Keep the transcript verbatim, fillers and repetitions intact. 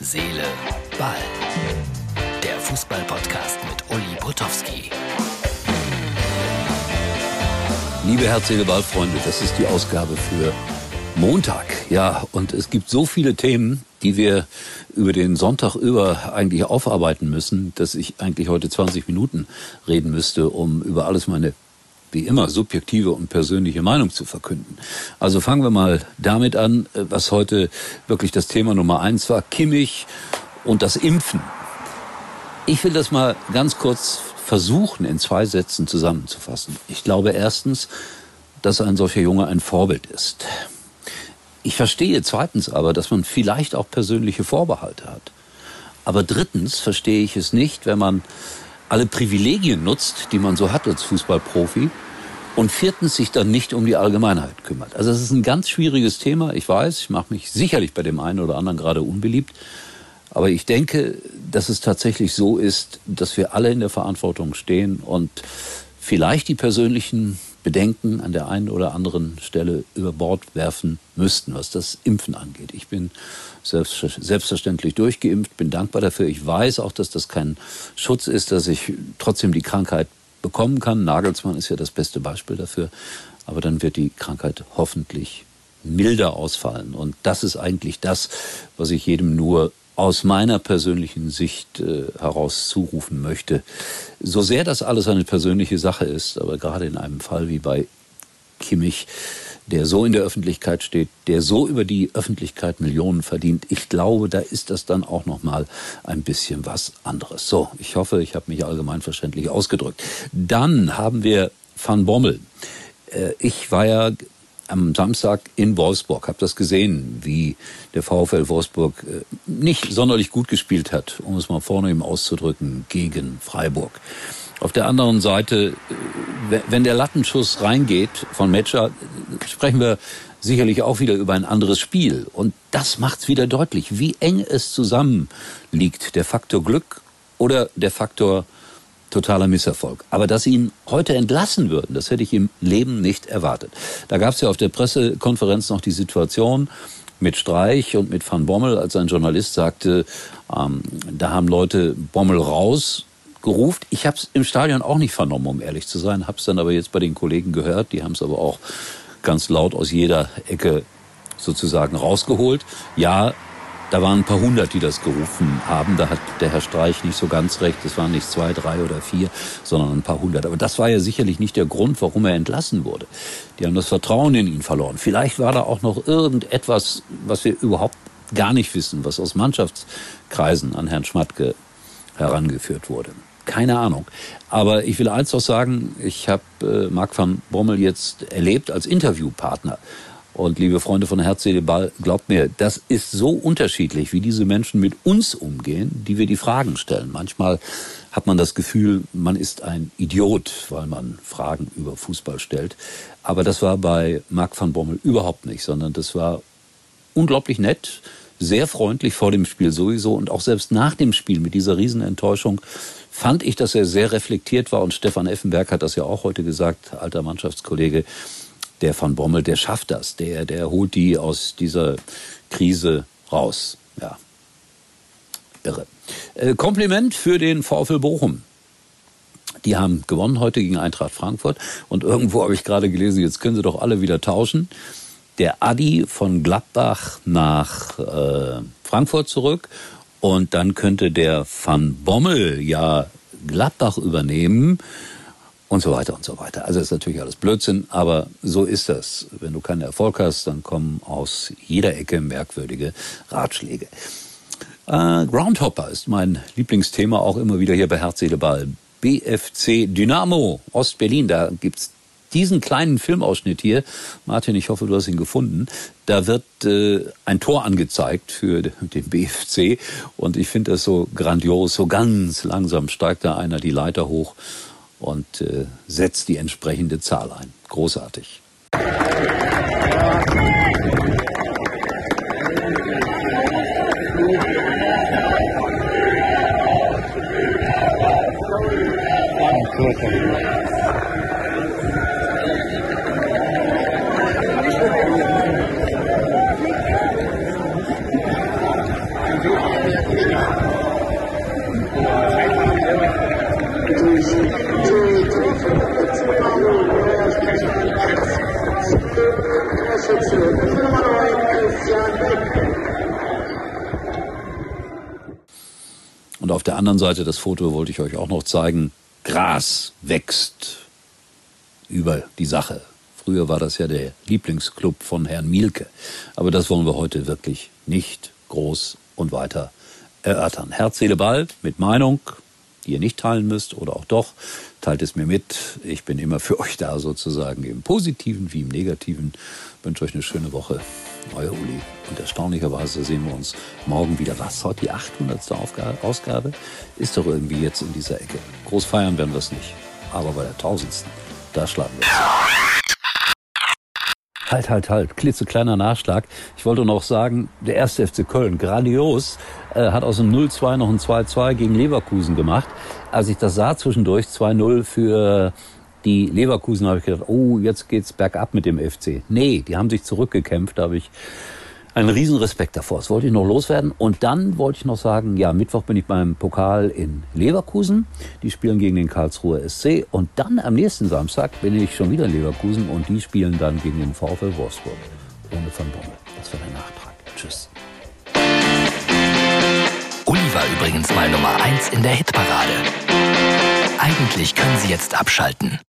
Seele, Ball. Der Fußball-Podcast mit Uli Potowski. Liebe Herz, Seele, Ball, Freunde, das ist die Ausgabe für Montag. Ja, und es gibt so viele Themen, die wir über den Sonntag über eigentlich aufarbeiten müssen, dass ich eigentlich heute zwanzig Minuten reden müsste, um über alles meine, wie immer, subjektive und persönliche Meinung zu verkünden. Also fangen wir mal damit an, was heute wirklich das Thema Nummer eins war, Kimmich und das Impfen. Ich will das mal ganz kurz versuchen, in zwei Sätzen zusammenzufassen. Ich glaube erstens, dass ein solcher Junge ein Vorbild ist. Ich verstehe zweitens aber, dass man vielleicht auch persönliche Vorbehalte hat. Aber drittens verstehe ich es nicht, wenn man alle Privilegien nutzt, die man so hat als Fußballprofi, und viertens sich dann nicht um die Allgemeinheit kümmert. Also es ist ein ganz schwieriges Thema, ich weiß, ich mache mich sicherlich bei dem einen oder anderen gerade unbeliebt, aber ich denke, dass es tatsächlich so ist, dass wir alle in der Verantwortung stehen und vielleicht die persönlichen Bedenken an der einen oder anderen Stelle über Bord werfen müssten, was das Impfen angeht. Ich bin selbstverständlich durchgeimpft, bin dankbar dafür. Ich weiß auch, dass das kein Schutz ist, dass ich trotzdem die Krankheit bekommen kann. Nagelsmann ist ja das beste Beispiel dafür. Aber dann wird die Krankheit hoffentlich milder ausfallen. Und das ist eigentlich das, was ich jedem nur aus meiner persönlichen Sicht äh, heraus zurufen möchte. So sehr das alles eine persönliche Sache ist, aber gerade in einem Fall wie bei Kimmich, der so in der Öffentlichkeit steht, der so über die Öffentlichkeit Millionen verdient, ich glaube, da ist das dann auch noch mal ein bisschen was anderes. So, ich hoffe, ich habe mich allgemeinverständlich ausgedrückt. Dann haben wir Van Bommel. Äh, ich war ja am Samstag in Wolfsburg, habe das gesehen, wie der VfL Wolfsburg nicht sonderlich gut gespielt hat, um es mal vornehm auszudrücken, gegen Freiburg. Auf der anderen Seite, wenn der Lattenschuss reingeht von Metscher, sprechen wir sicherlich auch wieder über ein anderes Spiel. Und das macht's wieder deutlich, wie eng es zusammen liegt, der Faktor Glück oder der Faktor totaler Misserfolg. Aber dass sie ihn heute entlassen würden, das hätte ich im Leben nicht erwartet. Da gab es ja auf der Pressekonferenz noch die Situation mit Streich und mit Van Bommel, als ein Journalist sagte, ähm, da haben Leute Bommel rausgerufen. Ich habe es im Stadion auch nicht vernommen, um ehrlich zu sein, habe es dann aber jetzt bei den Kollegen gehört, die haben es aber auch ganz laut aus jeder Ecke sozusagen rausgeholt. Ja, da waren ein paar hundert, die das gerufen haben. Da hat der Herr Streich nicht so ganz recht. Es waren nicht zwei, drei oder vier, sondern ein paar hundert. Aber das war ja sicherlich nicht der Grund, warum er entlassen wurde. Die haben das Vertrauen in ihn verloren. Vielleicht war da auch noch irgendetwas, was wir überhaupt gar nicht wissen, was aus Mannschaftskreisen an Herrn Schmatke herangeführt wurde. Keine Ahnung. Aber ich will eins noch sagen, ich habe äh, Marc van Bommel jetzt erlebt als Interviewpartner. Und liebe Freunde von Herz, Seele, Ball, glaubt mir, das ist so unterschiedlich, wie diese Menschen mit uns umgehen, die wir die Fragen stellen. Manchmal hat man das Gefühl, man ist ein Idiot, weil man Fragen über Fußball stellt. Aber das war bei Marc van Bommel überhaupt nicht, sondern das war unglaublich nett, sehr freundlich vor dem Spiel sowieso und auch selbst nach dem Spiel mit dieser Riesenenttäuschung fand ich, dass er sehr reflektiert war. Und Stefan Effenberg hat das ja auch heute gesagt, alter Mannschaftskollege. Der Van Bommel, der schafft das, der, der holt die aus dieser Krise raus. Ja, irre. Äh, Kompliment für den VfL Bochum. Die haben gewonnen heute gegen Eintracht Frankfurt und irgendwo habe ich gerade gelesen, jetzt können sie doch alle wieder tauschen. Der Adi von Gladbach nach äh, Frankfurt zurück und dann könnte der Van Bommel ja Gladbach übernehmen. Und so weiter und so weiter. Also ist natürlich alles Blödsinn, aber so ist das. Wenn du keinen Erfolg hast, dann kommen aus jeder Ecke merkwürdige Ratschläge. Äh, Groundhopper ist mein Lieblingsthema, auch immer wieder hier bei Herz, Seele, Ball. B F C Dynamo Ostberlin, da gibt's diesen kleinen Filmausschnitt hier. Martin, ich hoffe, du hast ihn gefunden. Da wird äh, ein Tor angezeigt für den B F C und ich finde das so grandios. So ganz langsam steigt da einer die Leiter hoch und äh, setzt die entsprechende Zahl ein. Großartig. der anderen Seite, das Foto wollte ich euch auch noch zeigen, Gras wächst über die Sache. Früher war das ja der Lieblingsclub von Herrn Mielke. Aber das wollen wir heute wirklich nicht groß und weiter erörtern. Herz, Seele, Ball mit Meinung, die ihr nicht teilen müsst oder auch doch. Teilt es mir mit. Ich bin immer für euch da sozusagen, im Positiven wie im Negativen. Ich wünsche euch eine schöne Woche. Euer Uli. Und erstaunlicherweise sehen wir uns morgen wieder. Was? Heute die achthundertste Ausgabe? Ist doch irgendwie jetzt in dieser Ecke. Groß feiern werden wir es nicht. Aber bei der tausendsten, da schlagen wir es. Halt, halt, halt. Klitzekleiner Nachschlag. Ich wollte noch sagen, der erste F C Köln, grandios, äh, hat aus dem null zwei noch ein zwei zwei gegen Leverkusen gemacht. Als ich das sah zwischendurch, zwei null für die Leverkusen, habe ich gedacht, oh, jetzt geht's bergab mit dem F C. Nee, die haben sich zurückgekämpft, da habe ich einen riesen Respekt davor. Das wollte ich noch loswerden. Und dann wollte ich noch sagen, ja, Mittwoch bin ich beim Pokal in Leverkusen. Die spielen gegen den Karlsruher S C. Und dann am nächsten Samstag bin ich schon wieder in Leverkusen und die spielen dann gegen den VfL Wolfsburg. Ohne Van Bommel. Das war der Nachtrag. Tschüss. Uli war übrigens mal Nummer eins in der Hitparade. Eigentlich können Sie jetzt abschalten.